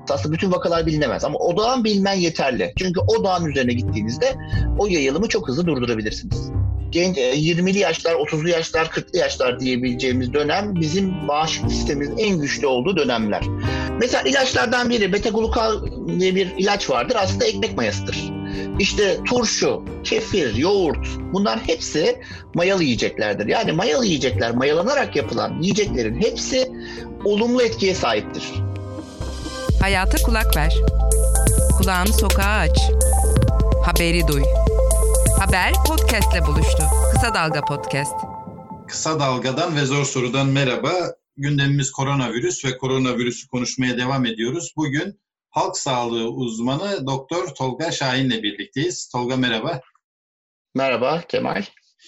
Aslında bütün vakalar bilinemez ama odağın bilmen yeterli. Çünkü odağın üzerine gittiğinizde o yayılımı çok hızlı durdurabilirsiniz. Genç 20'li yaşlar, 30'lu yaşlar, 40'lı yaşlar diyebileceğimiz dönem bizim bağışıklık sistemimizin en güçlü olduğu dönemler. Mesela ilaçlardan biri beta-glukan diye bir ilaç vardır. Aslında ekmek mayasıdır. İşte turşu, kefir, yoğurt bunlar hepsi mayalı yiyeceklerdir. Yani mayalı yiyecekler, mayalanarak yapılan yiyeceklerin hepsi olumlu etkiye sahiptir. Hayata kulak ver. Kulağını sokağa aç. Haberi duy. Haber podcast'le buluştu. Kısa Dalga Podcast. Kısa Dalga'dan ve Zor Soru'dan merhaba. Gündemimiz koronavirüs ve koronavirüsü konuşmaya devam ediyoruz. Bugün halk sağlığı uzmanı Doktor Tolga Şahin'le birlikteyiz. Tolga merhaba. Merhaba Kemal.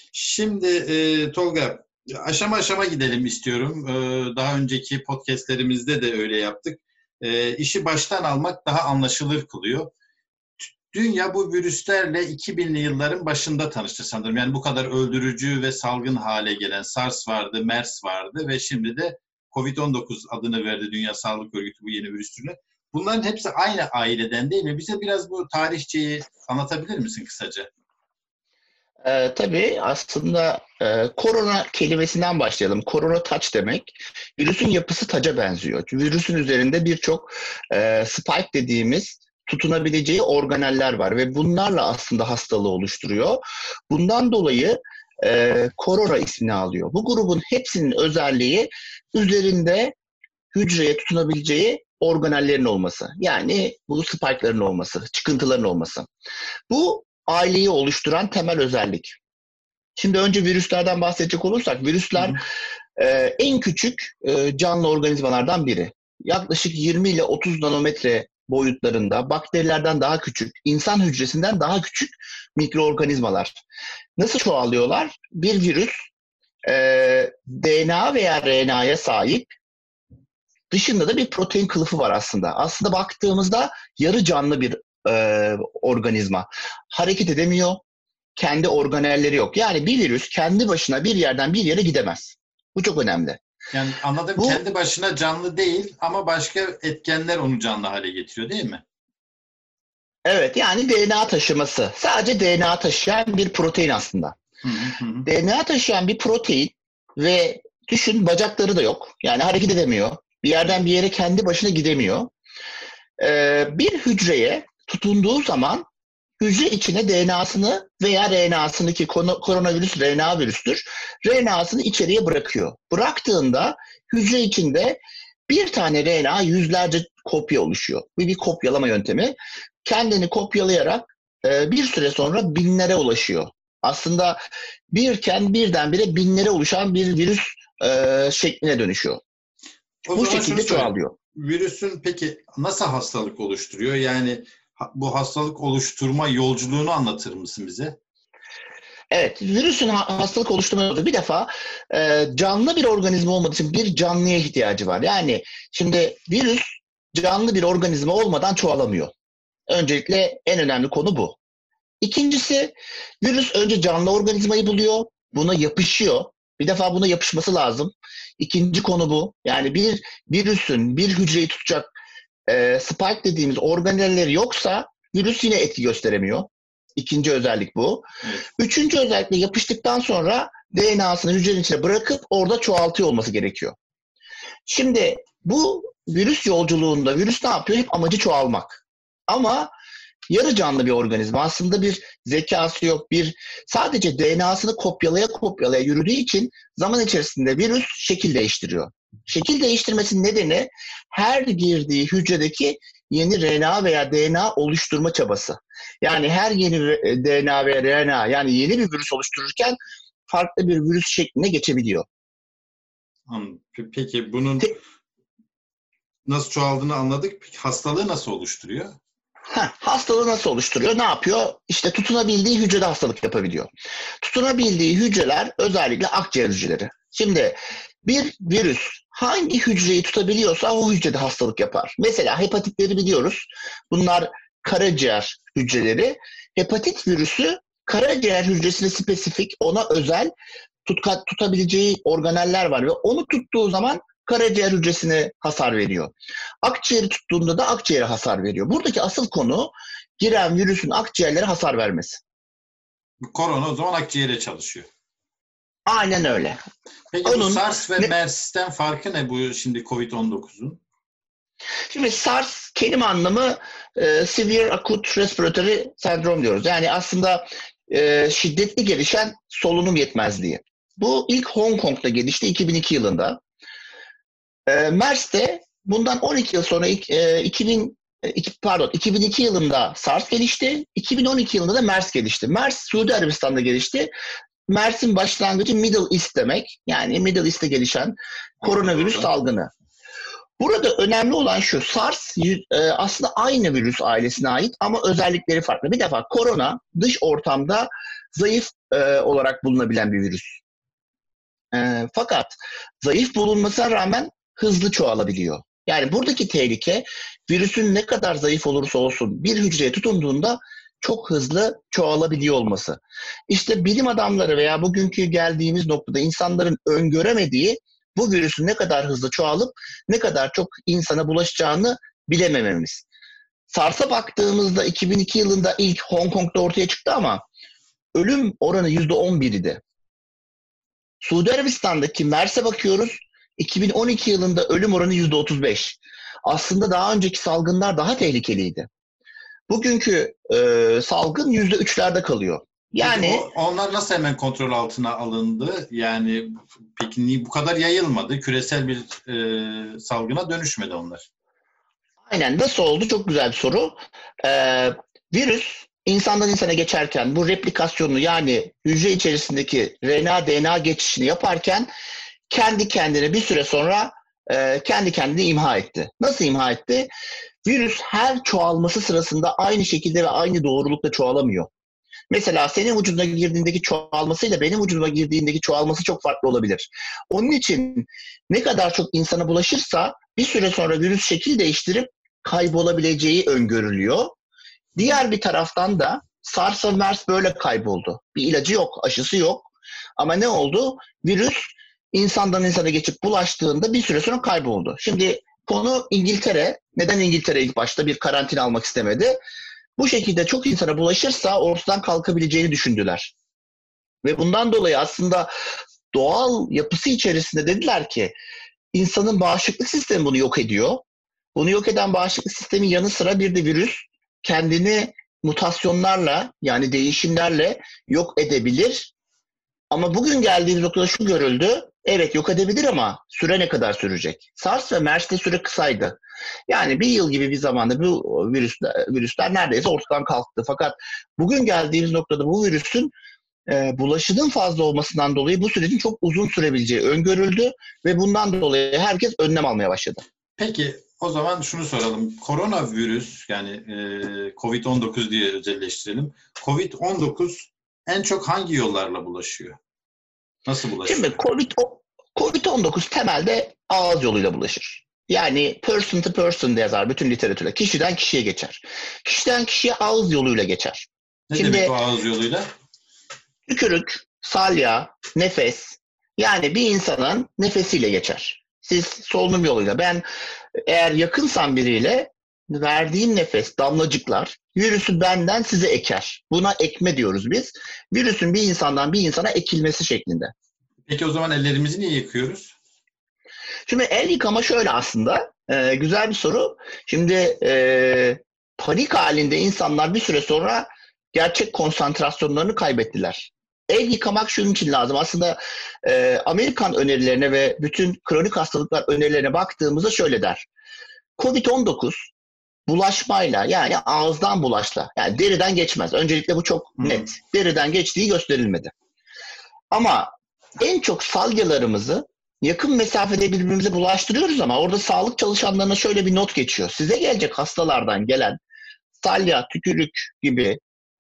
Şimdi Tolga, aşama aşama gidelim istiyorum. Daha önceki podcastlerimizde de öyle yaptık. İşi baştan almak daha anlaşılır kılıyor. Dünya bu virüslerle 2000'li yılların başında tanıştı sanırım. Yani bu kadar öldürücü ve salgın hale gelen SARS vardı, MERS vardı ve şimdi de COVID-19 adını verdi Dünya Sağlık Örgütü bu yeni virüs türüne. Bunların hepsi aynı aileden değil mi? Bize biraz bu tarihçeyi anlatabilir misin kısaca? Tabii aslında korona kelimesinden başlayalım. Korona taç demek. Virüsün yapısı taca benziyor. Virüsün üzerinde birçok spike dediğimiz tutunabileceği organeller var ve bunlarla aslında hastalığı oluşturuyor. Bundan dolayı korona ismini alıyor. Bu grubun hepsinin özelliği üzerinde hücreye tutunabileceği organellerin olması. Yani bu spike'ların olması, çıkıntıların olması. Bu aileyi oluşturan temel özellik. Şimdi önce virüslerden bahsedecek olursak, virüsler en küçük canlı organizmalardan biri. Yaklaşık 20 ile 30 nanometre boyutlarında, bakterilerden daha küçük, insan hücresinden daha küçük mikroorganizmalar. Nasıl çoğalıyorlar? Bir virüs DNA veya RNA'ya sahip, dışında da bir protein kılıfı var aslında. Aslında baktığımızda yarı canlı bir organizma. Hareket edemiyor, kendi organelleri yok. Yani bir virüs kendi başına bir yerden bir yere gidemez. Bu çok önemli. Yani anladım, kendi başına canlı değil ama başka etkenler onu canlı hale getiriyor değil mi? Evet, yani DNA taşıması. Sadece DNA taşıyan bir protein aslında. DNA taşıyan bir protein ve düşün, bacakları da yok. Yani hareket edemiyor. Bir yerden bir yere kendi başına gidemiyor. Bir hücreye tutunduğu zaman hücre içine DNA'sını veya RNA'sını, ki koronavirüs RNA virüstür, RNA'sını içeriye bırakıyor. Bıraktığında hücre içinde bir tane RNA yüzlerce kopya oluşuyor. Bu bir kopyalama yöntemi. Kendini kopyalayarak bir süre sonra binlere ulaşıyor. Aslında birken birdenbire binlere oluşan bir virüs şekline dönüşüyor. Bu şekilde çoğalıyor. Virüsün peki nasıl hastalık oluşturuyor? Yani bu hastalık oluşturma yolculuğunu anlatır mısın bize? Evet, virüsün hastalık oluşturma yolu bir defa canlı bir organizma olmadığı için bir canlıya ihtiyacı var. Yani şimdi virüs canlı bir organizma olmadan çoğalamıyor. Öncelikle en önemli konu bu. İkincisi, virüs önce canlı organizmayı buluyor, buna yapışıyor. Bir defa buna yapışması lazım. İkinci konu bu. Yani bir virüsün bir hücreyi tutacak spike dediğimiz organelleri yoksa virüs yine etki gösteremiyor. İkinci özellik bu. Evet. Üçüncü özellik de yapıştıktan sonra DNA'sını hücrenin içine bırakıp orada çoğaltıyor olması gerekiyor. Şimdi bu virüs yolculuğunda virüs ne yapıyor? Hep amacı çoğalmak. Ama yarı canlı bir organizma. Aslında bir zekası yok. Sadece DNA'sını kopyalaya yürüdüğü için zaman içerisinde virüs şekil değiştiriyor. Şekil değiştirmesinin nedeni her girdiği hücredeki yeni RNA veya DNA oluşturma çabası. Yani her yeni DNA veya RNA, yani yeni bir virüs oluştururken farklı bir virüs şekline geçebiliyor. Peki bunun nasıl çoğaldığını anladık. Peki hastalığı nasıl oluşturuyor? Hastalığı nasıl oluşturuyor? Ne yapıyor? İşte tutunabildiği hücrede hastalık yapabiliyor. Tutunabildiği hücreler özellikle akciğer hücreleri. Şimdi bir virüs hangi hücreyi tutabiliyorsa o hücrede hastalık yapar. Mesela hepatitleri biliyoruz. Bunlar karaciğer hücreleri. Hepatit virüsü karaciğer hücresine spesifik, ona özel tutabileceği organeller var ve onu tuttuğu zaman karaciğer hücresine hasar veriyor. Akciğeri tuttuğunda da akciğere hasar veriyor. Buradaki asıl konu giren virüsün akciğerlere hasar vermesi. Korona o zaman akciğere çalışıyor. Aynen öyle. Peki bu SARS ve MERS'ten farkı ne bu şimdi COVID-19'un? Şimdi SARS kelime anlamı Severe Acute Respiratory Syndrome diyoruz. Yani aslında şiddetli gelişen solunum yetmezliği. Bu ilk Hong Kong'da gelişti 2002 yılında. MERS de bundan 12 yıl sonra 2002 yılında SARS gelişti. 2012 yılında da MERS gelişti. MERS Suudi Arabistan'da gelişti. MERS'in başlangıcı Middle East demek. Yani Middle East'te gelişen koronavirüs salgını. Burada önemli olan şu, SARS aslında aynı virüs ailesine ait ama özellikleri farklı. Bir defa korona dış ortamda zayıf olarak bulunabilen bir virüs. Fakat zayıf bulunmasına rağmen hızlı çoğalabiliyor. Yani buradaki tehlike virüsün ne kadar zayıf olursa olsun bir hücreye tutunduğunda çok hızlı çoğalabiliyor olması. İşte bilim adamları veya bugünkü geldiğimiz noktada insanların öngöremediği bu virüsün ne kadar hızlı çoğalıp ne kadar çok insana bulaşacağını bilemememiz. SARS'a baktığımızda 2002 yılında ilk Hong Kong'da ortaya çıktı ama ölüm oranı %11 idi. Suudi Arabistan'daki MERS'e bakıyoruz. 2012 yılında ölüm oranı %35. Aslında daha önceki salgınlar daha tehlikeliydi. Bugünkü salgın %3'lerde kalıyor. Yani onlar nasıl hemen kontrol altına alındı? Yani peki bu kadar yayılmadı? Küresel bir salgına dönüşmedi onlar. Aynen, nasıl oldu? Çok güzel bir soru. Virüs insandan insana geçerken bu replikasyonunu, yani hücre içerisindeki RNA-DNA geçişini yaparken kendi kendine bir süre sonra kendi kendini imha etti. Nasıl imha etti? Virüs her çoğalması sırasında aynı şekilde ve aynı doğrulukta çoğalamıyor. Mesela senin vücuduna girdiğindeki çoğalmasıyla benim vücuduma girdiğindeki çoğalması çok farklı olabilir. Onun için ne kadar çok insana bulaşırsa bir süre sonra virüs şekil değiştirip kaybolabileceği öngörülüyor. Diğer bir taraftan da SARS ve MERS böyle kayboldu. Bir ilacı yok, aşısı yok. Ama ne oldu? Virüs insandan insana geçip bulaştığında bir süre sonra kayboldu. Şimdi konu İngiltere. Neden İngiltere ilk başta bir karantina almak istemedi? Bu şekilde çok insana bulaşırsa ortadan kalkabileceğini düşündüler. Ve bundan dolayı aslında doğal yapısı içerisinde dediler ki insanın bağışıklık sistemi bunu yok ediyor. Bunu yok eden bağışıklık sistemin yanı sıra bir de virüs kendini mutasyonlarla, yani değişimlerle yok edebilir. Ama bugün geldiğimiz noktada şu görüldü. Evet, yok edebilir ama süre ne kadar sürecek? SARS ve MERS'te süre kısaydı. Yani bir yıl gibi bir zamanda bu virüsler neredeyse ortadan kalktı. Fakat bugün geldiğimiz noktada bu virüsün bulaşının fazla olmasından dolayı bu sürecin çok uzun sürebileceği öngörüldü ve bundan dolayı herkes önlem almaya başladı. Peki o zaman şunu soralım. Koronavirüs, yani COVID-19 diye özelleştirelim. COVID-19 en çok hangi yollarla bulaşıyor? Nasıl bulaşıyor? Şimdi COVID-19 temelde ağız yoluyla bulaşır. Yani person to person de yazar bütün literatürde. Kişiden kişiye geçer. Kişiden kişiye ağız yoluyla geçer. Ne demek o ağız yoluyla? Tükürük, salya, nefes. Yani bir insanın nefesiyle geçer. Siz solunum yoluyla. Ben eğer yakınsam biriyle verdiğim nefes, damlacıklar virüsü benden size eker. Buna ekme diyoruz biz. Virüsün bir insandan bir insana ekilmesi şeklinde. Peki o zaman ellerimizi niye yıkıyoruz? Şimdi el yıkama şöyle aslında. Güzel bir soru. Şimdi panik halinde insanlar bir süre sonra gerçek konsantrasyonlarını kaybettiler. El yıkamak şunun için lazım. Aslında Amerikan önerilerine ve bütün kronik hastalıklar önerilerine baktığımızda şöyle der. COVID-19 bulaşmayla, yani ağızdan bulaşla, yani deriden geçmez. Öncelikle bu çok net. Deriden geçtiği gösterilmedi. Ama en çok salyalarımızı yakın mesafede birbirimize bulaştırıyoruz ama orada sağlık çalışanlarına şöyle bir not geçiyor. Size gelecek hastalardan gelen salya, tükürük gibi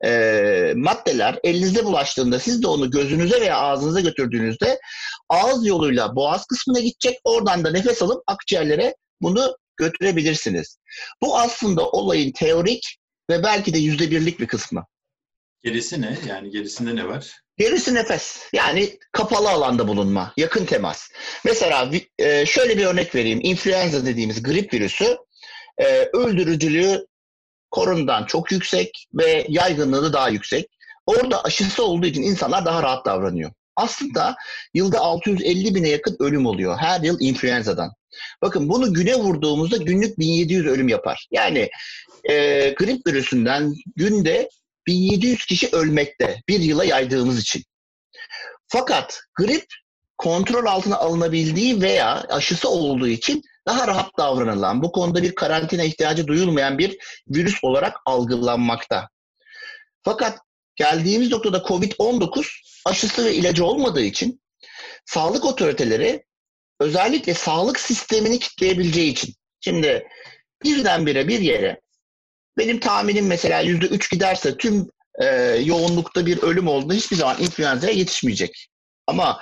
maddeler elinize bulaştığında siz de onu gözünüze veya ağzınıza götürdüğünüzde ağız yoluyla boğaz kısmına gidecek. Oradan da nefes alıp akciğerlere bunu götürebilirsiniz. Bu aslında olayın teorik ve belki de %1'lik bir kısmı. Gerisi ne? Yani gerisinde ne var? Gerisi nefes. Yani kapalı alanda bulunma, yakın temas. Mesela şöyle bir örnek vereyim. İnfluenza dediğimiz grip virüsü öldürücülüğü koronadan çok yüksek ve yaygınlığı da daha yüksek. Orada aşısı olduğu için insanlar daha rahat davranıyor. Aslında yılda 650 bine yakın ölüm oluyor her yıl influenza'dan. Bakın bunu güne vurduğumuzda günlük 1700 ölüm yapar. Yani grip virüsünden günde 1700 kişi ölmekte bir yıla yaydığımız için. Fakat grip kontrol altına alınabildiği veya aşısı olduğu için daha rahat davranılan, bu konuda bir karantina ihtiyacı duyulmayan bir virüs olarak algılanmakta. Fakat geldiğimiz noktada COVID-19 aşısı ve ilacı olmadığı için sağlık otoriteleri özellikle sağlık sistemini kitleyebileceği için. Şimdi birdenbire bir yere benim tahminim mesela %3 giderse tüm yoğunlukta bir ölüm olduğunda hiçbir zaman influenza'ya yetişmeyecek. Ama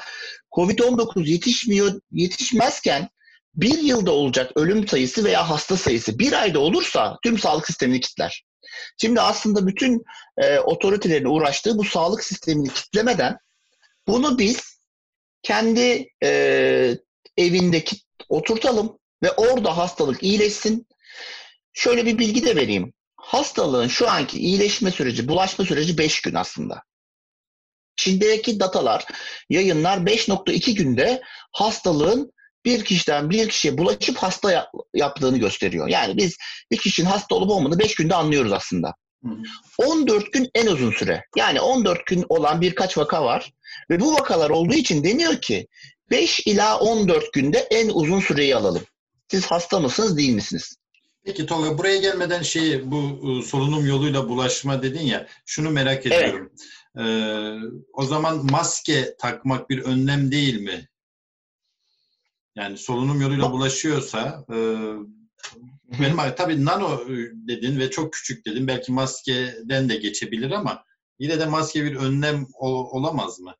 COVID-19 yetişmezken bir yılda olacak ölüm sayısı veya hasta sayısı bir ayda olursa tüm sağlık sistemini kitler. Şimdi aslında bütün otoritelerin uğraştığı bu sağlık sistemini kitlemeden bunu biz kendi evinde oturtalım ve orada hastalık iyileşsin. Şöyle bir bilgi de vereyim. Hastalığın şu anki iyileşme süreci, bulaşma süreci 5 gün aslında. Çin'deki datalar, yayınlar 5.2 günde hastalığın bir kişiden bir kişiye bulaşıp hasta yaptığını gösteriyor. Yani biz bir kişinin hasta olup olmadığını 5 günde anlıyoruz aslında. 14 gün en uzun süre. Yani 14 gün olan birkaç vaka var. Ve bu vakalar olduğu için deniyor ki 5 ila 14 günde en uzun süreyi alalım. Siz hasta mısınız, değil misiniz? Peki Tolga, buraya gelmeden bu solunum yoluyla bulaşma dedin ya, şunu merak ediyorum. Evet. O zaman maske takmak bir önlem değil mi? Yani solunum yoluyla bulaşıyorsa benim tabii nano dedin ve çok küçük dedin. Belki maskeden de geçebilir ama yine de maske bir önlem olamaz mı?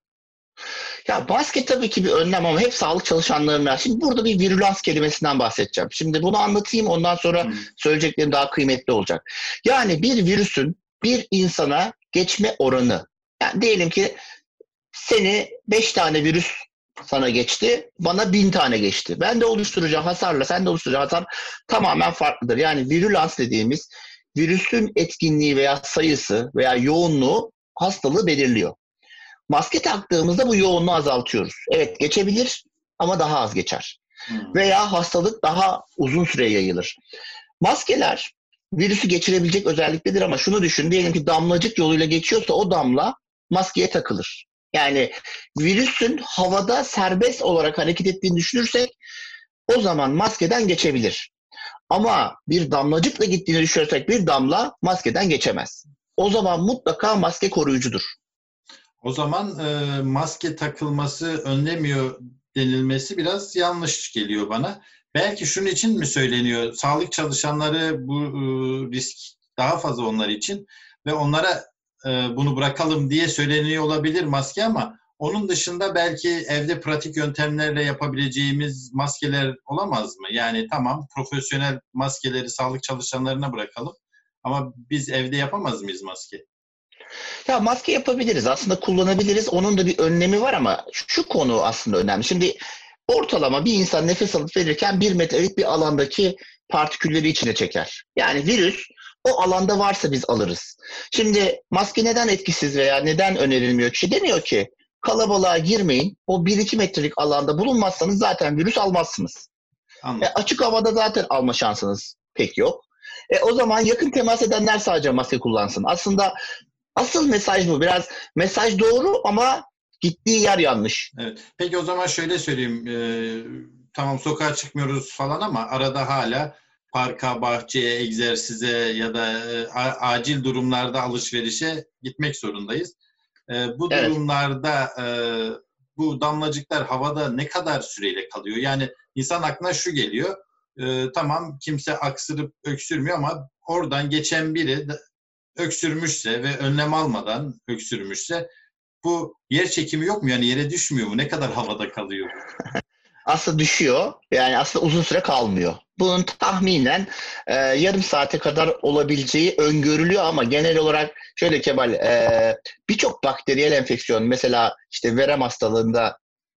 Ya maske tabii ki bir önlem ama hep sağlık çalışanlarına. Şimdi burada bir virülans kelimesinden bahsedeceğim. Şimdi bunu anlatayım, ondan sonra söyleyeceklerim daha kıymetli olacak. Yani bir virüsün bir insana geçme oranı. Yani diyelim ki seni 5 tane virüs sana geçti, bana 1000 tane geçti. Ben de oluşturacağı hasarla sen de oluşturacağı hasar tamamen farklıdır. Yani virülans dediğimiz virüsün etkinliği veya sayısı veya yoğunluğu hastalığı belirliyor. Maske taktığımızda bu yoğunluğu azaltıyoruz. Evet, geçebilir ama daha az geçer. Veya hastalık daha uzun süre yayılır. Maskeler virüsü geçirebilecek özelliktedir ama şunu düşün, diyelim ki damlacık yoluyla geçiyorsa o damla maskeye takılır. Yani virüsün havada serbest olarak hareket ettiğini düşünürsek o zaman maskeden geçebilir. Ama bir damlacıkla gittiğini düşünürsek bir damla maskeden geçemez. O zaman mutlaka maske koruyucudur. O zaman maske takılması önlemiyor denilmesi biraz yanlış geliyor bana. Belki şunun için mi söyleniyor? Sağlık çalışanları bu risk daha fazla onlar için ve onlara bunu bırakalım diye söyleniyor olabilir maske ama onun dışında belki evde pratik yöntemlerle yapabileceğimiz maskeler olamaz mı? Yani tamam, profesyonel maskeleri sağlık çalışanlarına bırakalım ama biz evde yapamaz mıyız maske? Ya maske yapabiliriz. Aslında kullanabiliriz. Onun da bir önlemi var ama şu konu aslında önemli. Şimdi ortalama bir insan nefes alıp verirken 1 metrelik bir alandaki partikülleri içine çeker. Yani virüs o alanda varsa biz alırız. Şimdi maske neden etkisiz veya neden önerilmiyor? Deniyor ki kalabalığa girmeyin. O 1-2 metrelik alanda bulunmazsanız zaten virüs almazsınız. Açık havada zaten alma şansınız pek yok. O zaman yakın temas edenler sadece maske kullansın. Aslında asıl mesaj bu. Biraz mesaj doğru ama gittiği yer yanlış. Evet. Peki o zaman şöyle söyleyeyim. Tamam, sokağa çıkmıyoruz falan ama arada hala parka, bahçeye, egzersize ya da acil durumlarda alışverişe gitmek zorundayız. Bu durumlarda bu damlacıklar havada ne kadar süreyle kalıyor? Yani insan aklına şu geliyor. Tamam, kimse aksırıp öksürmüyor ama oradan geçen biri öksürmüşse ve önlem almadan öksürmüşse bu yer çekimi yok mu? Yani yere düşmüyor mu? Ne kadar havada kalıyor? aslında düşüyor. Yani aslında uzun süre kalmıyor. Bunun tahminen yarım saate kadar olabileceği öngörülüyor ama genel olarak şöyle Kemal, birçok bakteriyel enfeksiyon, mesela işte verem hastalığında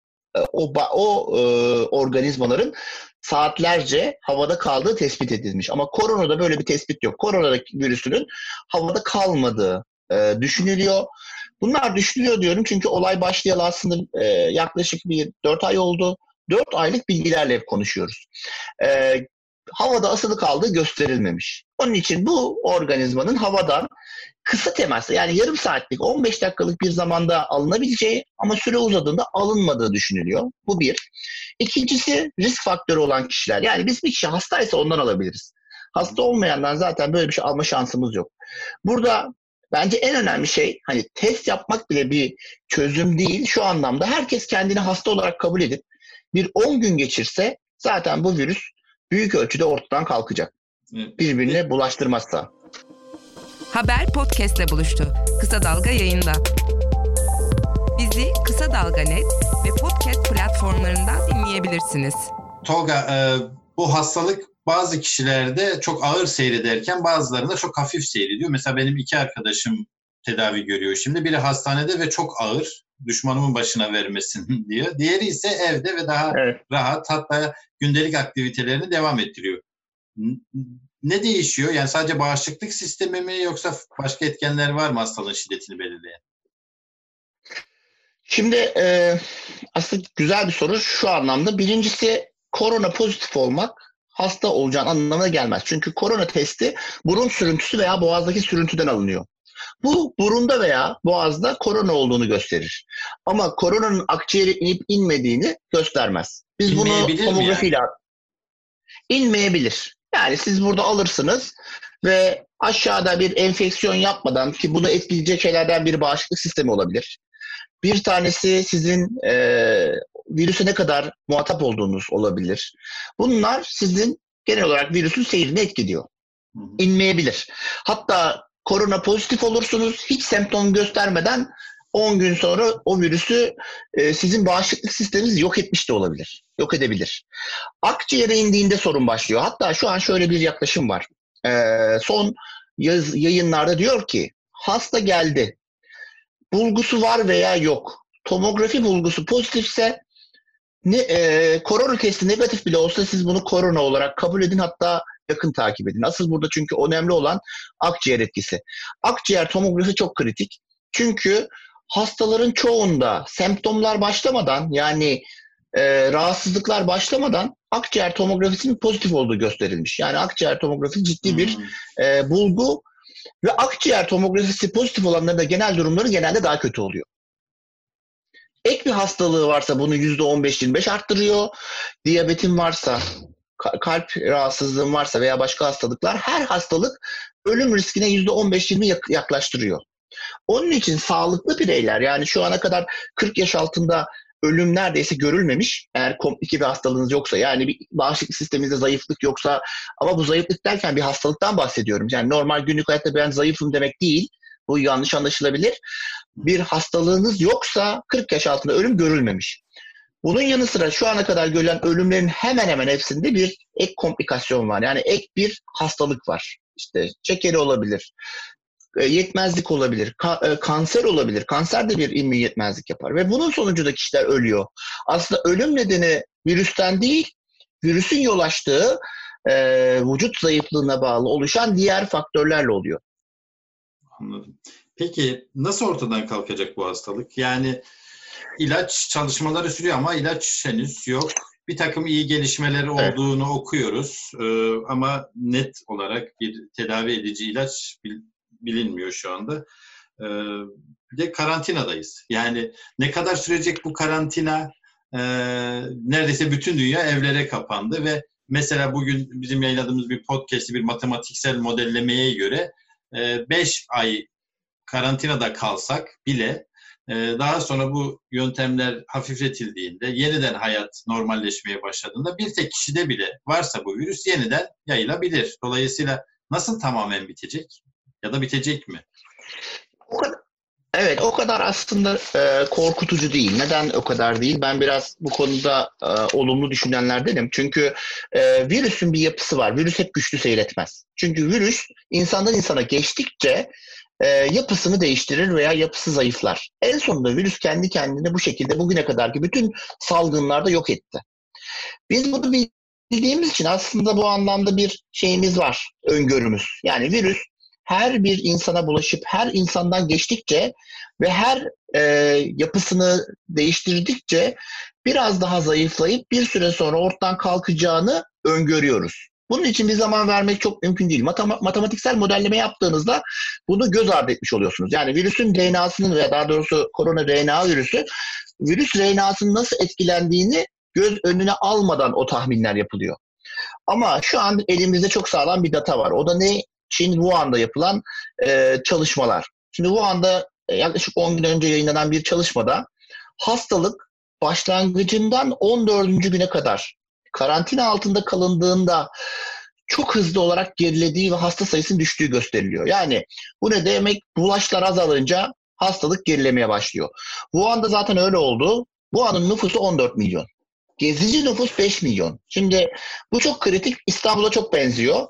organizmaların saatlerce havada kaldığı tespit edilmiş. Ama koronada böyle bir tespit yok. Koronadaki virüsünün havada kalmadığı düşünülüyor. Bunlar düşünülüyor diyorum çünkü olay başlayalı aslında yaklaşık bir 4 ay oldu. 4 aylık bilgilerle hep konuşuyoruz. E, Havada asılı kaldığı gösterilmemiş. Onun için bu organizmanın havadan kısa temasla, yani yarım saatlik 15 dakikalık bir zamanda alınabileceği ama süre uzadığında alınmadığı düşünülüyor. Bu bir. İkincisi, risk faktörü olan kişiler. Yani biz bir kişi hastaysa ondan alabiliriz. Hasta olmayandan zaten böyle bir şey alma şansımız yok. Burada bence en önemli şey, hani test yapmak bile bir çözüm değil. Şu anlamda herkes kendini hasta olarak kabul edip bir 10 gün geçirse zaten bu virüs büyük ölçüde ortadan kalkacak. Birbirine bulaştırmazsa. Haber podcast'le buluştu. Kısa Dalga yayında. Bizi Kısa Dalga Net ve podcast platformlarından dinleyebilirsiniz. Tolga, bu hastalık bazı kişilerde çok ağır seyrederken bazılarında çok hafif seyrediyor. Mesela benim 2 arkadaşım tedavi görüyor şimdi. Biri hastanede ve çok ağır, düşmanımın başına vermesin diyor. Diğeri ise evde ve daha rahat, hatta gündelik aktivitelerini devam ettiriyor. Ne değişiyor? Yani sadece bağışıklık sistemi mi, yoksa başka etkenler var mı hastalığın şiddetini belirleyen? Şimdi aslında güzel bir soru şu anlamda. Birincisi, korona pozitif olmak hasta olacağın anlamına gelmez. Çünkü korona testi burun sürüntüsü veya boğazdaki sürüntüden alınıyor. Bu burunda veya boğazda korona olduğunu gösterir. Ama koronanın akciğere inip inmediğini göstermez. Biz bunu tomografiyle inmeyebilir. Yani siz burada alırsınız ve aşağıda bir enfeksiyon yapmadan, ki bunu etkileyecek şeylerden biri bağışıklık sistemi olabilir. Bir tanesi sizin virüse ne kadar muhatap olduğunuz olabilir. Bunlar sizin genel olarak virüsün seyrini etkiliyor. İnmeyebilir. Hatta korona pozitif olursunuz, hiç semptom göstermeden 10 gün sonra o virüsü sizin bağışıklık sisteminiz yok etmiş de olabilir. Yok edebilir. Akciğere indiğinde sorun başlıyor. Hatta şu an şöyle bir yaklaşım var. Son yayınlarda diyor ki, hasta geldi, bulgusu var veya yok, tomografi bulgusu pozitifse korona testi negatif bile olsa siz bunu korona olarak kabul edin, hatta yakın takip edin. Asıl burada çünkü önemli olan akciğer etkisi. Akciğer tomografi çok kritik. Çünkü hastaların çoğunda semptomlar başlamadan, yani rahatsızlıklar başlamadan akciğer tomografisinin pozitif olduğu gösterilmiş. Yani akciğer tomografisi ciddi bir bulgu ve akciğer tomografisi pozitif olanların da genel durumları genelde daha kötü oluyor. Ek bir hastalığı varsa bunu %15-25 arttırıyor. Diyabetin varsa, kalp rahatsızlığın varsa veya başka hastalıklar, her hastalık ölüm riskine %15-20 yaklaştırıyor. Onun için sağlıklı bireyler, yani şu ana kadar 40 yaş altında ölüm neredeyse görülmemiş, eğer komplike bir hastalığınız yoksa, yani bir bağışıklık sisteminizde zayıflık yoksa, ama bu zayıflık derken bir hastalıktan bahsediyorum. Yani normal günlük hayatta ben zayıfım demek değil, bu yanlış anlaşılabilir. Bir hastalığınız yoksa 40 yaş altında ölüm görülmemiş. Bunun yanı sıra şu ana kadar görülen ölümlerin hemen hemen hepsinde bir ek komplikasyon var. Yani ek bir hastalık var. İşte şekeri olabilir, yetmezlik olabilir, kanser olabilir. Kanser de bir immün yetmezlik yapar ve bunun sonucunda kişiler ölüyor. Aslında ölüm nedeni virüsten değil, virüsün yol açtığı vücut zayıflığına bağlı oluşan diğer faktörlerle oluyor. Anladım. Peki nasıl ortadan kalkacak bu hastalık? Yani ilaç çalışmaları sürüyor ama ilaç henüz yok. Bir takım iyi gelişmeleri olduğunu okuyoruz ama net olarak bir tedavi edici ilaç bilinmiyor şu anda. Bir de karantinadayız. Yani ne kadar sürecek bu karantina? Neredeyse bütün dünya evlere kapandı ve mesela bugün bizim yayınladığımız bir podcast'i bir matematiksel modellemeye göre 5 ay karantinada kalsak bile daha sonra bu yöntemler hafifletildiğinde, yeniden hayat normalleşmeye başladığında bir tek kişide bile varsa bu virüs yeniden yayılabilir. Dolayısıyla nasıl tamamen bitecek ya da bitecek mi? Evet, o kadar aslında korkutucu değil. Neden o kadar değil? Ben biraz bu konuda olumlu düşünenlerdenim. Çünkü virüsün bir yapısı var. Virüs hep güçlü seyretmez. Çünkü virüs insandan insana geçtikçe yapısını değiştirir veya yapısı zayıflar. En sonunda virüs kendi kendine bu şekilde bugüne kadarki bütün salgınlarda yok etti. Biz bunu bildiğimiz için aslında bu anlamda bir şeyimiz var, öngörümüz. Yani virüs her bir insana bulaşıp her insandan geçtikçe ve her e, yapısını değiştirdikçe biraz daha zayıflayıp bir süre sonra ortadan kalkacağını öngörüyoruz. Bunun için bir zaman vermek çok mümkün değil. Matematiksel modelleme yaptığınızda bunu göz ardı etmiş oluyorsunuz. Yani virüsün RNA'sının veya daha doğrusu korona RNA virüsü, virüs RNA'sının nasıl etkilendiğini göz önüne almadan o tahminler yapılıyor. Ama şu an elimizde çok sağlam bir data var. O da ne? Çin Wuhan'da yapılan çalışmalar. Şimdi Wuhan'da yaklaşık 10 gün önce yayınlanan bir çalışmada hastalık başlangıcından 14. güne kadar karantina altında kalındığında çok hızlı olarak gerilediği ve hasta sayısının düştüğü gösteriliyor. Yani bu ne demek? Bulaşlar azalınca hastalık gerilemeye başlıyor. Wuhan'da zaten öyle oldu. Wuhan'ın nüfusu 14 milyon. Gezici nüfus 5 milyon. Şimdi bu çok kritik. İstanbul'a çok benziyor.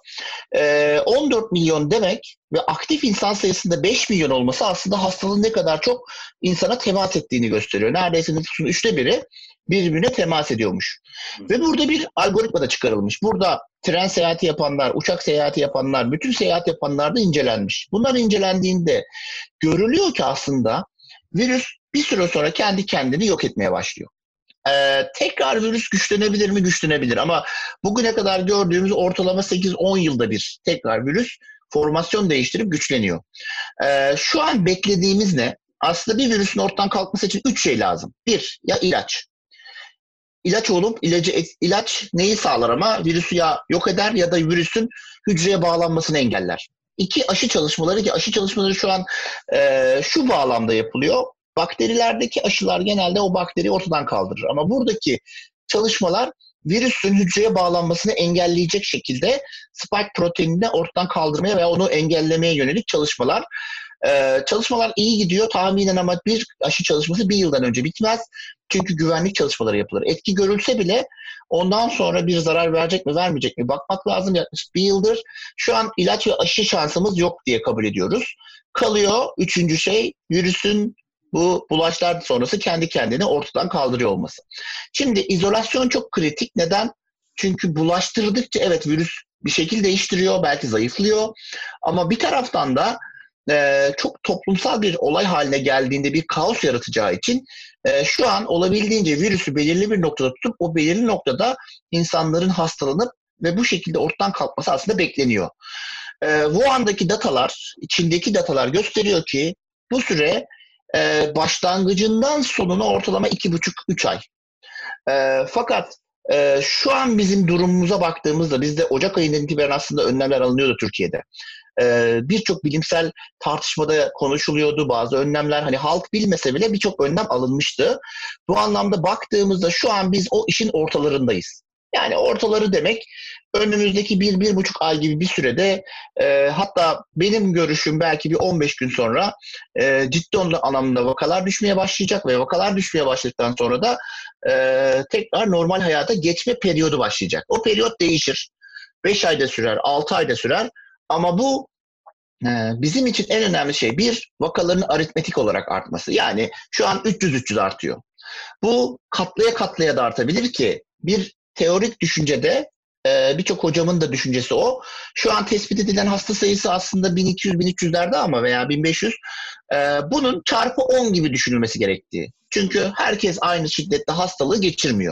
14 milyon demek ve aktif insan sayısında 5 milyon olması aslında hastalığın ne kadar çok insana temas ettiğini gösteriyor. Neredeyse nüfusun 1/3'ü birbirine temas ediyormuş. Ve burada bir algoritma da çıkarılmış. Burada tren seyahati yapanlar, uçak seyahati yapanlar, bütün seyahat yapanlar da incelenmiş. Bunlar incelendiğinde görülüyor ki aslında virüs bir süre sonra kendi kendini yok etmeye başlıyor. Tekrar virüs güçlenebilir mi? Güçlenebilir ama bugüne kadar gördüğümüz ortalama 8-10 yılda bir tekrar virüs formasyon değiştirip güçleniyor. Şu an beklediğimiz ne? Aslında bir virüsün ortadan kalkması için 3 şey lazım. Bir, ya ilaç. İlaç olup ilaç neyi sağlar ama virüsü ya yok eder ya da virüsün hücreye bağlanmasını engeller. İki, aşı çalışmaları ki aşı çalışmaları şu an şu bağlamda yapılıyor. Bakterilerdeki aşılar genelde o bakteriyi ortadan kaldırır. Ama buradaki çalışmalar virüsün hücreye bağlanmasını engelleyecek şekilde spike proteinini ortadan kaldırmaya veya onu engellemeye yönelik çalışmalar. Çalışmalar iyi gidiyor tahminen ama bir aşı çalışması 1 yıldan önce bitmez. Çünkü güvenlik çalışmaları yapılır. Etki görülse bile ondan sonra bir zarar verecek mi vermeyecek mi bakmak lazım. Yaklaşık 1 yıldır şu an ilaç ve aşı şansımız yok diye kabul ediyoruz. Kalıyor 3. şey virüsün bu bulaşlar sonrası kendi kendine ortadan kaldırıyor olması. Şimdi izolasyon çok kritik. Neden? Çünkü bulaştırdıkça evet virüs bir şekil değiştiriyor, belki zayıflıyor. Ama bir taraftan da çok toplumsal bir olay haline geldiğinde bir kaos yaratacağı için şu an olabildiğince virüsü belirli bir noktada tutup o belirli noktada insanların hastalanıp ve bu şekilde ortadan kalkması aslında bekleniyor. Wuhan'daki datalar, içindeki datalar gösteriyor ki bu süre başlangıcından sonuna ortalama 2,5-3 ay. Fakat şu an bizim durumumuza baktığımızda bizde Ocak ayından itibaren aslında önlemler alınıyordu Türkiye'de. Birçok bilimsel tartışmada konuşuluyordu bazı önlemler. Hani halk bilmese bile birçok önlem alınmıştı. Bu anlamda baktığımızda şu an biz o işin ortalarındayız. Yani ortaları demek önümüzdeki 1-1,5 ay gibi bir sürede hatta benim görüşüm belki bir 15 gün sonra ciddi anlamda vakalar düşmeye başlayacak ve vakalar düşmeye başladıktan sonra da tekrar normal hayata geçme periyodu başlayacak. O periyot değişir. 5 ayda sürer, 6 ayda sürer ama bu bizim için en önemli şey bir, vakaların aritmetik olarak artması. Yani şu an 300 artıyor. Bu katlaya katlaya da artabilir ki bir teorik düşüncede birçok hocamın da düşüncesi o. Şu an tespit edilen hasta sayısı aslında 1200-1300'lerde ama veya 1500. Bunun çarpı 10 gibi düşünülmesi gerektiği. Çünkü herkes aynı şiddette hastalığı geçirmiyor.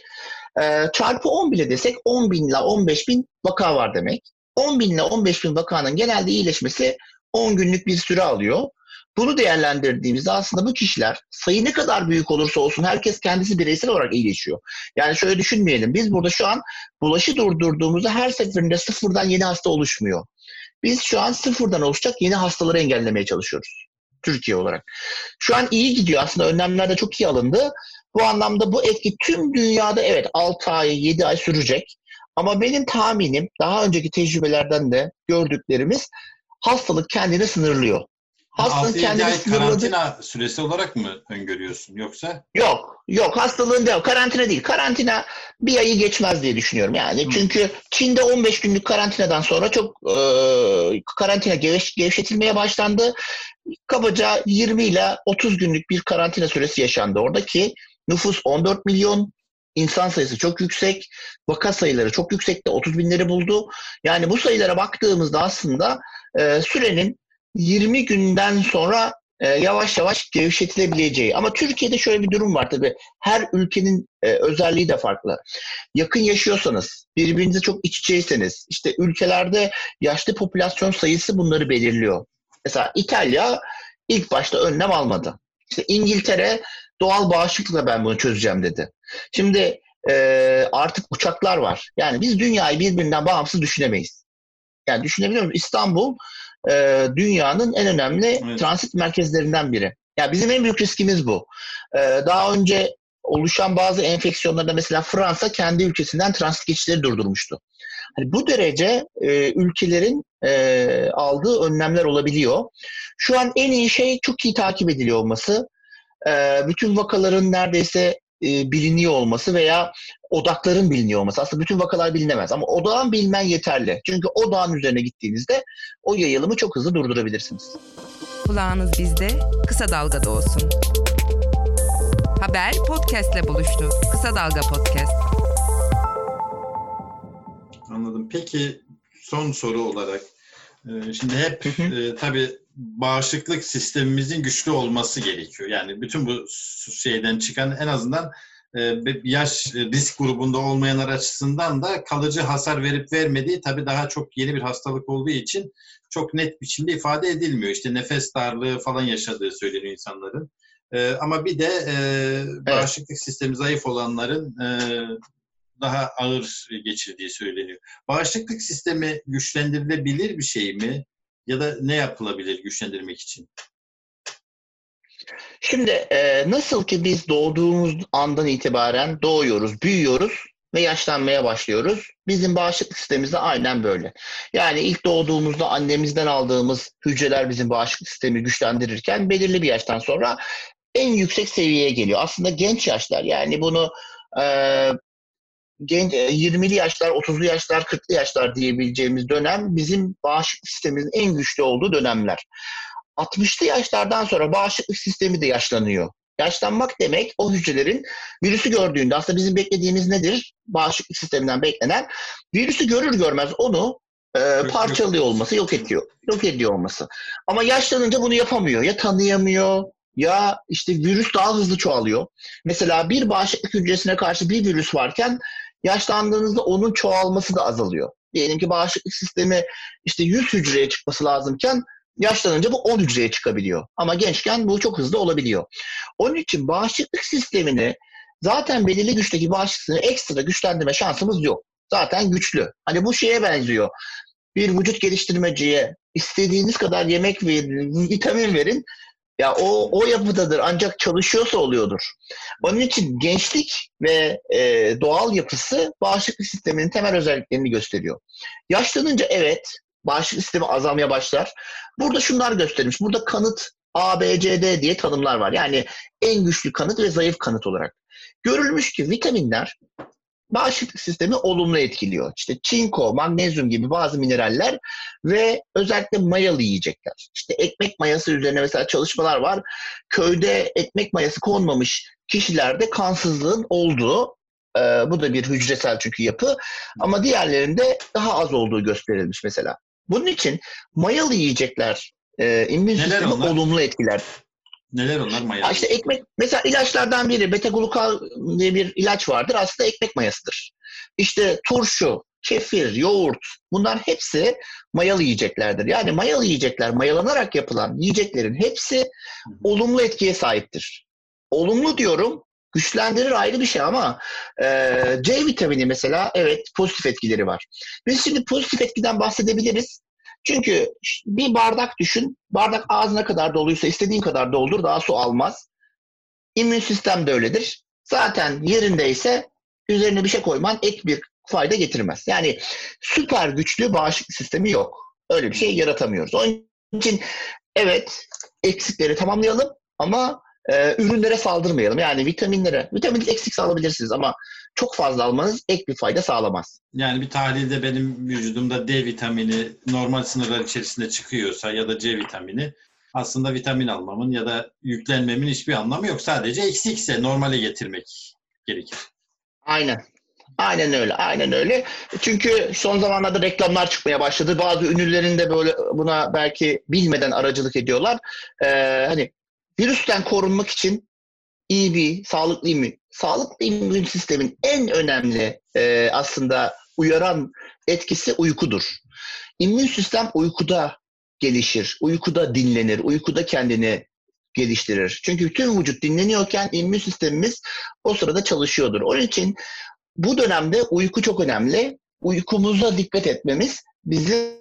Çarpı 10 bile desek 10 bin ile 15 bin vaka var demek. 10 bin ile 15 bin vakanın genelde iyileşmesi 10 günlük bir süre alıyor. Bunu değerlendirdiğimizde aslında bu kişiler sayı ne kadar büyük olursa olsun herkes kendisi bireysel olarak iyileşiyor. Yani şöyle düşünmeyelim. Biz burada şu an bulaşı durdurduğumuzda her seferinde sıfırdan yeni hasta oluşmuyor. Biz şu an sıfırdan oluşacak yeni hastaları engellemeye çalışıyoruz. Türkiye olarak. Şu an iyi gidiyor. Aslında önlemler de çok iyi alındı. Bu anlamda bu etki tüm dünyada evet 6 ay, 7 ay sürecek. Ama benim tahminim daha önceki tecrübelerden de gördüklerimiz hastalık kendini sınırlıyor. Hastanın 6-7 kendini ay sınırladı. karantina süresi olarak mı öngörüyorsun yoksa? Yok hastalığında yok. Karantina değil. Karantina bir ayı geçmez diye düşünüyorum yani. Çünkü Çin'de 15 günlük karantinadan sonra çok karantina gevşetilmeye başlandı. Kabaca 20 ile 30 günlük bir karantina süresi yaşandı. Oradaki nüfus 14 milyon, insan sayısı çok yüksek, vaka sayıları çok yüksekte, 30 binleri buldu. Yani bu sayılara baktığımızda aslında sürenin 20 günden sonra yavaş yavaş gevşetilebileceği. Ama Türkiye'de şöyle bir durum var tabii. Her ülkenin özelliği de farklı. Yakın yaşıyorsanız, birbirinize çok iç içeyseniz, işte ülkelerde yaşlı popülasyon sayısı bunları belirliyor. Mesela İtalya ilk başta önlem almadı. İşte İngiltere doğal bağışıklıkla ben bunu çözeceğim dedi. Şimdi artık uçaklar var. Yani biz dünyayı birbirinden bağımsız düşünemeyiz. Yani düşünebiliyor musunuz? İstanbul dünyanın en önemli transit merkezlerinden biri. Yani bizim en büyük riskimiz bu. Daha önce oluşan bazı enfeksiyonlarda mesela Fransa kendi ülkesinden transit geçişleri durdurmuştu. Hani bu derece ülkelerin aldığı önlemler olabiliyor. Şu an en iyi şey çok iyi takip ediliyor olması. Bütün vakaların neredeyse biliniyor olması veya odakların biliniyor olması. Aslında bütün vakalar bilinemez ama odağın bilmen yeterli. Çünkü odağın üzerine gittiğinizde o yayılımı çok hızlı durdurabilirsiniz. Kulağınız bizde, Kısa Dalga'da olsun. Haber podcast'le buluştu. Kısa Dalga Podcast. Anladım. Peki son soru olarak şimdi hep tabii bağışıklık sistemimizin güçlü olması gerekiyor. Yani bütün bu şeyden çıkan en azından yaş risk grubunda olmayanlar açısından da kalıcı hasar verip vermediği tabii daha çok yeni bir hastalık olduğu için çok net biçimde ifade edilmiyor. İşte nefes darlığı falan yaşadığı söyleniyor insanların. Ama bir de bağışıklık sistemi zayıf olanların daha ağır geçirdiği söyleniyor. Bağışıklık sistemi güçlendirilebilir bir şey mi? Ya da ne yapılabilir güçlendirmek için? Şimdi nasıl ki biz doğduğumuz andan itibaren doğuyoruz, büyüyoruz ve yaşlanmaya başlıyoruz. Bizim bağışıklık sistemimiz de aynen böyle. Yani ilk doğduğumuzda annemizden aldığımız hücreler bizim bağışıklık sistemi güçlendirirken belirli bir yaştan sonra en yüksek seviyeye geliyor. Aslında genç yaşlar, yani bunu 20'li yaşlar, 30'lu yaşlar, 40'lı yaşlar diyebileceğimiz dönem bizim bağışıklık sistemimizin en güçlü olduğu dönemler. 60'lı yaşlardan sonra bağışıklık sistemi de yaşlanıyor. Yaşlanmak demek o hücrelerin virüsü gördüğünde aslında bizim beklediğimiz nedir? Bağışıklık sisteminden beklenen virüsü görür görmez onu parçalıyor olması, yok ediyor olması. Ama yaşlanınca bunu yapamıyor. Ya tanıyamıyor ya işte virüs daha hızlı çoğalıyor. Mesela bir bağışıklık hücresine karşı bir virüs varken yaşlandığınızda onun çoğalması da azalıyor. Diyelim ki bağışıklık sistemi işte 100 hücreye çıkması lazımken yaşlanınca bu 10 hücreye çıkabiliyor. Ama gençken bu çok hızlı olabiliyor. Onun için bağışıklık sistemini zaten belirli güçteki bağışıklık sistemini ekstra güçlendirme şansımız yok. Zaten güçlü. Hani bu şeye benziyor. Bir vücut geliştirmeciye istediğiniz kadar yemek verin, vitamin verin. Ya o yapıdadır ancak çalışıyorsa oluyordur. Onun için gençlik ve doğal yapısı bağışıklık sisteminin temel özelliklerini gösteriyor. Yaşlanınca evet bağışıklık sistemi azalmaya başlar. Burada şunlar gösterilmiş. Burada kanıt A, B, C, D diye tanımlar var. Yani en güçlü kanıt ve zayıf kanıt olarak. Görülmüş ki vitaminler bağışıklık sistemi olumlu etkiliyor. İşte çinko, magnezyum gibi bazı mineraller ve özellikle mayalı yiyecekler. İşte ekmek mayası üzerine mesela çalışmalar var. Köyde ekmek mayası konmamış kişilerde kansızlığın olduğu, bu da bir hücresel çünkü yapı, ama diğerlerinde daha az olduğu gösterilmiş mesela. Bunun için mayalı yiyecekler immün sistemi olumlu etkiler. Neler onlar mayalı? İşte ekmek, mesela ilaçlardan biri beta-glukan diye bir ilaç vardır. Aslında ekmek mayasıdır. İşte turşu, kefir, yoğurt, bunlar hepsi mayalı yiyeceklerdir. Yani mayalı yiyecekler, mayalanarak yapılan yiyeceklerin hepsi olumlu etkiye sahiptir. Olumlu diyorum, güçlendirir ayrı bir şey ama C vitamini mesela evet pozitif etkileri var. Biz şimdi pozitif etkiden bahsedebiliriz. Çünkü bir bardak düşün, bardak ağzına kadar doluysa istediğin kadar doldur, daha su almaz. İmmün sistem de öyledir. Zaten yerindeyse üzerine bir şey koyman ek bir fayda getirmez. Yani süper güçlü bağışıklık sistemi yok. Öyle bir şey yaratamıyoruz. Onun için evet, eksikleri tamamlayalım ama ürünlere saldırmayalım. Yani vitamin eksik alabilirsiniz ama çok fazla almanız ek bir fayda sağlamaz. Yani bir tahlilde benim vücudumda D vitamini normal sınırlar içerisinde çıkıyorsa ya da C vitamini, aslında vitamin almamın ya da yüklenmemin hiçbir anlamı yok. Sadece eksikse normale getirmek gerekir. Aynen öyle. Çünkü son zamanlarda reklamlar çıkmaya başladı. Bazı ünlülerin de böyle buna belki bilmeden aracılık ediyorlar. Hani virüsten korunmak için sağlıklı immün sistemin en önemli aslında uyaran etkisi uykudur. İmmün sistem uykuda gelişir, uykuda dinlenir, uykuda kendini geliştirir. Çünkü tüm vücut dinleniyorken immün sistemimiz o sırada çalışıyordur. Onun için bu dönemde uyku çok önemli. Uykumuza dikkat etmemiz bizim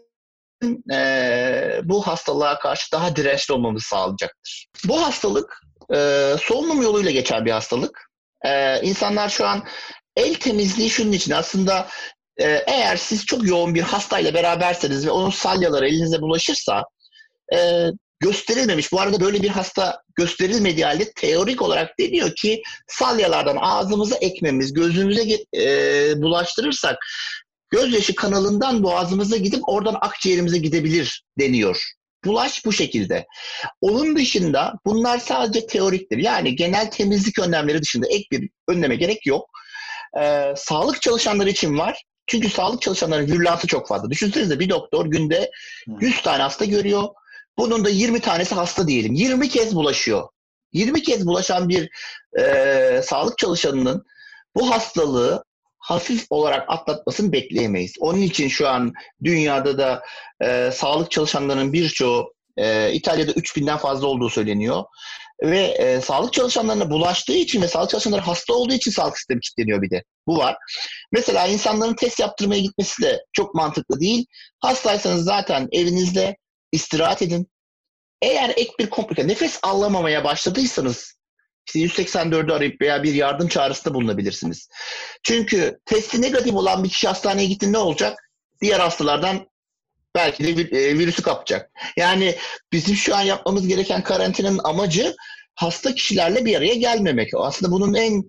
bu hastalığa karşı daha dirençli olmamızı sağlayacaktır. Bu hastalık solunum yoluyla geçen bir hastalık. İnsanlar şu an el temizliği şunun için aslında eğer siz çok yoğun bir hastayla beraberseniz ve onun salyaları elinize bulaşırsa gösterilmemiş. Bu arada böyle bir hasta gösterilmediği halde teorik olarak deniyor ki salyalardan ağzımıza ekmemiz, gözümüze bulaştırırsak gözyaşı kanalından boğazımıza gidip oradan akciğerimize gidebilir deniyor. Bulaş bu şekilde. Onun dışında bunlar sadece teoriktir. Yani genel temizlik önlemleri dışında ek bir önleme gerek yok. Sağlık çalışanları için var. Çünkü sağlık çalışanlarının virülansı çok fazla. Düşünsenize bir doktor günde 100 tane hasta görüyor. Bunun da 20 tanesi hasta diyelim. 20 kez bulaşıyor. 20 kez bulaşan bir sağlık çalışanının bu hastalığı hafif olarak atlatmasını bekleyemeyiz. Onun için şu an dünyada da sağlık çalışanlarının birçoğu İtalya'da 3000'den fazla olduğu söyleniyor. Ve sağlık çalışanlarına bulaştığı için ve sağlık çalışanları hasta olduğu için sağlık sistemi kilitleniyor bir de. Bu var. Mesela insanların test yaptırmaya gitmesi de çok mantıklı değil. Hastaysanız zaten evinizde istirahat edin. Eğer ek bir komplike nefes alamamaya başladıysanız işte 184'ü arayıp veya bir yardım çağrısında bulunabilirsiniz. Çünkü testi negatif olan bir kişi hastaneye gitti ne olacak? Diğer hastalardan belki de virüsü kapacak. Yani bizim şu an yapmamız gereken karantinanın amacı hasta kişilerle bir araya gelmemek. Aslında bunun en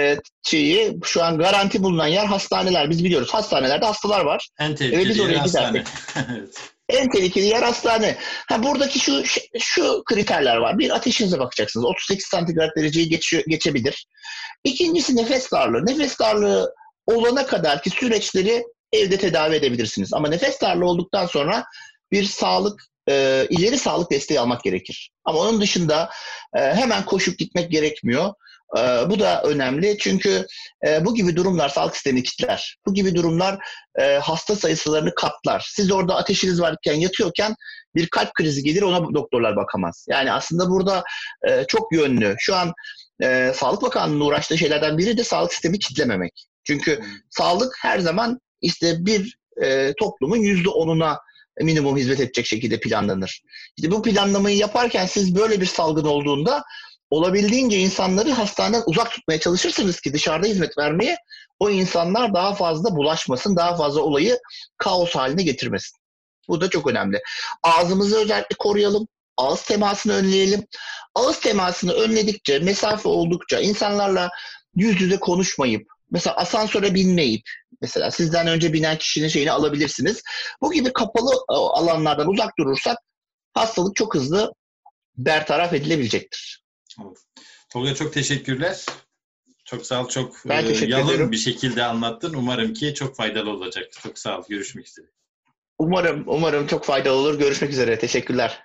şu an garanti bulunan yer hastaneler. Biz biliyoruz hastanelerde hastalar var. En tehlikeli yer hastane. En tehlikeli yer hastane. Buradaki şu kriterler var. Bir, ateşinize bakacaksınız. 38 santigrat dereceyi geçebilir. İkincisi nefes darlığı. Nefes darlığı olana kadar ki süreçleri evde tedavi edebilirsiniz. Ama nefes darlığı olduktan sonra bir ileri sağlık desteği almak gerekir. Ama onun dışında hemen koşup gitmek gerekmiyor. Bu da önemli çünkü bu gibi durumlar sağlık sistemini kilitler. Bu gibi durumlar hasta sayılarını katlar. Siz orada ateşiniz varken yatıyorken bir kalp krizi gelir ona doktorlar bakamaz. Yani aslında burada çok yönlü. Şu an Sağlık Bakanlığı'nın uğraştığı şeylerden biri de sağlık sistemi kilitlememek. Çünkü sağlık her zaman işte bir toplumun %10'una minimum hizmet edecek şekilde planlanır. İşte bu planlamayı yaparken siz böyle bir salgın olduğunda olabildiğince insanları hastaneden uzak tutmaya çalışırsınız ki dışarıda hizmet vermeye o insanlar daha fazla bulaşmasın, daha fazla olayı kaos haline getirmesin. Bu da çok önemli. Ağzımızı özellikle koruyalım. Ağız temasını önleyelim. Ağız temasını önledikçe, mesafe oldukça insanlarla yüz yüze konuşmayıp, mesela asansöre binmeyip, mesela sizden önce binen kişinin şeyini alabilirsiniz. Bu gibi kapalı alanlardan uzak durursak hastalık çok hızlı bertaraf edilebilecektir. Tolga çok teşekkürler. Çok sağ ol. Çok yalın bir şekilde anlattın. Umarım ki çok faydalı olacak. Çok sağ ol. Görüşmek üzere. Umarım çok faydalı olur. Görüşmek üzere. Teşekkürler.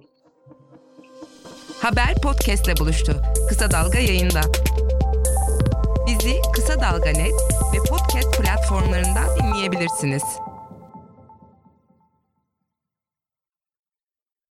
Haber podcast'le buluştu. Kısa Dalga yayında. Bizi Kısa Dalga.net ve podcast platformlarından dinleyebilirsiniz.